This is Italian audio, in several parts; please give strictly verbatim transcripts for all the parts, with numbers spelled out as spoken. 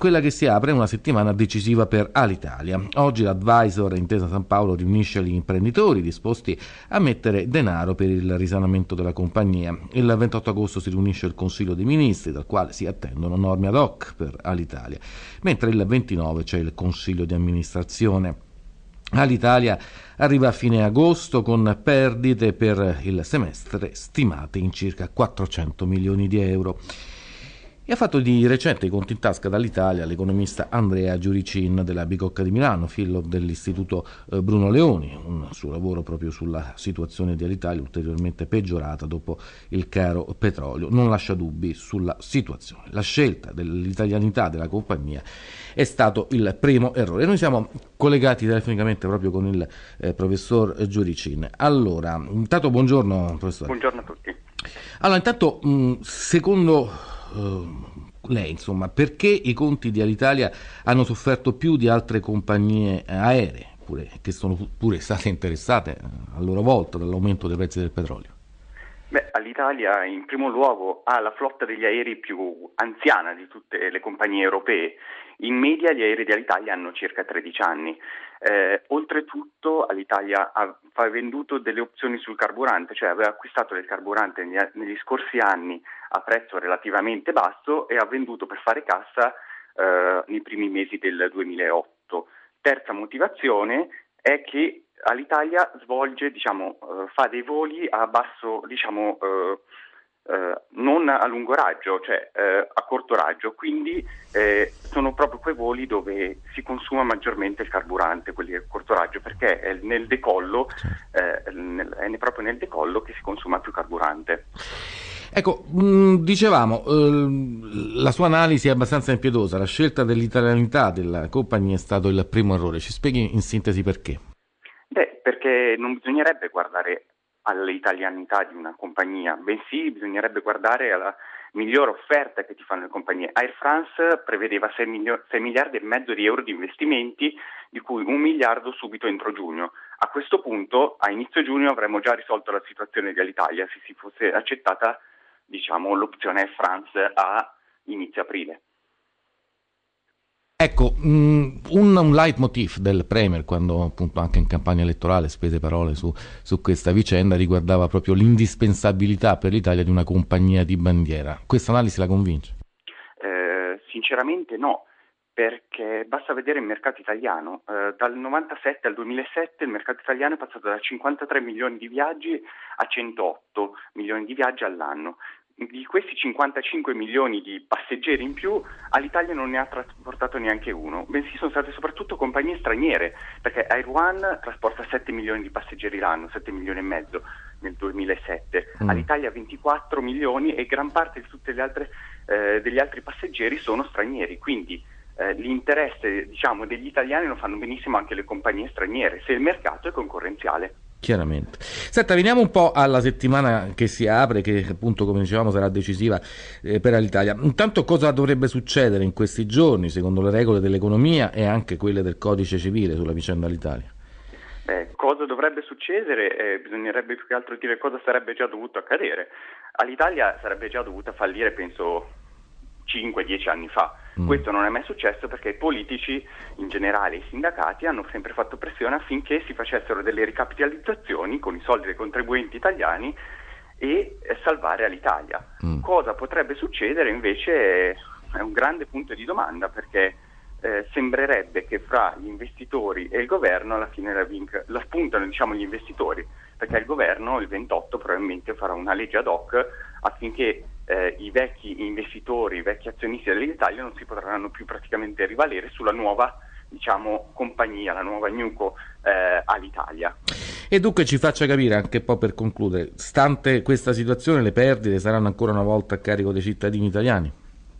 quella che si apre è una settimana decisiva per Alitalia. Oggi l'advisor Intesa San Paolo riunisce gli imprenditori disposti a mettere denaro per il risanamento della compagnia. Il ventotto agosto si riunisce il Consiglio dei Ministri, dal quale si attendono norme ad hoc per Alitalia, mentre il ventinove c'è il Consiglio di amministrazione. Alitalia arriva a fine agosto con perdite per il semestre stimate in circa quattrocento milioni di euro. E ha fatto di recente i conti in tasca dall'Italia l'economista Andrea Giuricin della Bicocca di Milano, fellow dell'Istituto Bruno Leoni, un suo lavoro proprio sulla situazione di Alitalia ulteriormente peggiorata dopo il caro petrolio. Non lascia dubbi sulla situazione. La scelta dell'italianità della compagnia è stato il primo errore. Noi siamo collegati telefonicamente proprio con il eh, professor Giuricin. Allora, intanto buongiorno professore. Buongiorno a tutti. Allora, intanto mh, secondo Uh, lei, insomma, perché i conti di Alitalia hanno sofferto più di altre compagnie aeree, pure, che sono pure state interessate a loro volta dall'aumento dei prezzi del petrolio? Beh, Alitalia in primo luogo ha la flotta degli aerei più anziana di tutte le compagnie europee. In media gli aerei di Alitalia hanno circa tredici anni. Eh, oltretutto Alitalia ha, ha venduto delle opzioni sul carburante, cioè aveva acquistato del carburante negli, negli scorsi anni a prezzo relativamente basso e ha venduto per fare cassa eh, nei primi mesi del duemilaotto. Terza motivazione è che Alitalia svolge, diciamo, eh, fa dei voli a basso, diciamo, eh, eh, non a lungo raggio, cioè eh, a corto raggio, quindi eh, sono proprio quei voli dove si consuma maggiormente il carburante, quelli a corto raggio, perché è nel decollo, eh, nel, è proprio nel decollo che si consuma più carburante. Ecco, mh, dicevamo, eh, la sua analisi è abbastanza impiedosa, la scelta dell'italianità della compagnia è stato il primo errore. Ci spieghi in sintesi perché? Beh, perché non bisognerebbe guardare all'italianità di una compagnia, bensì bisognerebbe guardare alla migliore offerta che ti fanno le compagnie. Air France prevedeva sei miliardi e mezzo di euro di investimenti, di cui un miliardo subito entro giugno. A questo punto, a inizio giugno, avremmo già risolto la situazione di Alitalia se si fosse accettata, diciamo, l'opzione Air France a inizio aprile. Ecco, un, un leitmotiv del Premier, quando appunto anche in campagna elettorale spese parole su, su questa vicenda, riguardava proprio l'indispensabilità per l'Italia di una compagnia di bandiera. Questa analisi la convince? Eh, sinceramente no, perché basta vedere il mercato italiano. Eh, dal novantasette al duemilasette il mercato italiano è passato da cinquantatré milioni di viaggi a centootto milioni di viaggi all'anno. Di questi cinquantacinque milioni di passeggeri in più, Alitalia non ne ha trasportato neanche uno, bensì sono state soprattutto compagnie straniere, perché Air One trasporta sette milioni di passeggeri l'anno, sette milioni e mezzo nel duemilasette, mm. Alitalia ventiquattro milioni e gran parte di tutte le altre eh, degli altri passeggeri sono stranieri, quindi eh, l'interesse, diciamo, degli italiani lo fanno benissimo anche le compagnie straniere, se il mercato è concorrenziale. Chiaramente. Senta, veniamo un po' alla settimana che si apre, che appunto, come dicevamo, sarà decisiva eh, per l'Italia. Intanto, cosa dovrebbe succedere in questi giorni, secondo le regole dell'economia e anche quelle del codice civile, sulla vicenda Alitalia? Eh, cosa dovrebbe succedere? Eh, bisognerebbe più che altro dire cosa sarebbe già dovuto accadere. Alitalia sarebbe già dovuta fallire, penso, cinque dieci anni fa. Mm. Questo non è mai successo perché i politici, in generale i sindacati, hanno sempre fatto pressione affinché si facessero delle ricapitalizzazioni con i soldi dei contribuenti italiani e eh, salvare Alitalia. Mm. Cosa potrebbe succedere invece è un grande punto di domanda, perché eh, sembrerebbe che fra gli investitori e il governo alla fine la, vinca, la spuntano, diciamo, gli investitori, perché il governo il ventotto probabilmente farà una legge ad hoc affinché eh, i vecchi investitori, i vecchi azionisti dell'Italia non si potranno più praticamente rivalere sulla nuova, diciamo, compagnia, la nuova Newco eh, Alitalia. E dunque ci faccia capire, anche un po' per concludere, stante questa situazione, le perdite saranno ancora una volta a carico dei cittadini italiani?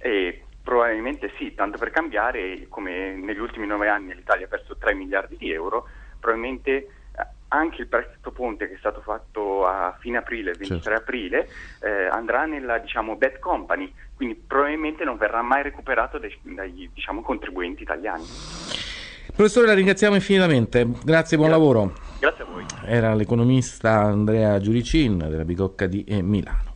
E probabilmente sì, tanto per cambiare, come negli ultimi nove anni l'Italia ha perso tre miliardi di euro, probabilmente anche il prestito ponte che è stato fatto a fine aprile, il ventitré certo. aprile, eh, andrà nella, diciamo, bad company, quindi probabilmente non verrà mai recuperato dai, dai diciamo, contribuenti italiani. Professore, la ringraziamo infinitamente, grazie, buon grazie. lavoro. Grazie a voi. Era l'economista Andrea Giuricin della Bicocca di Milano.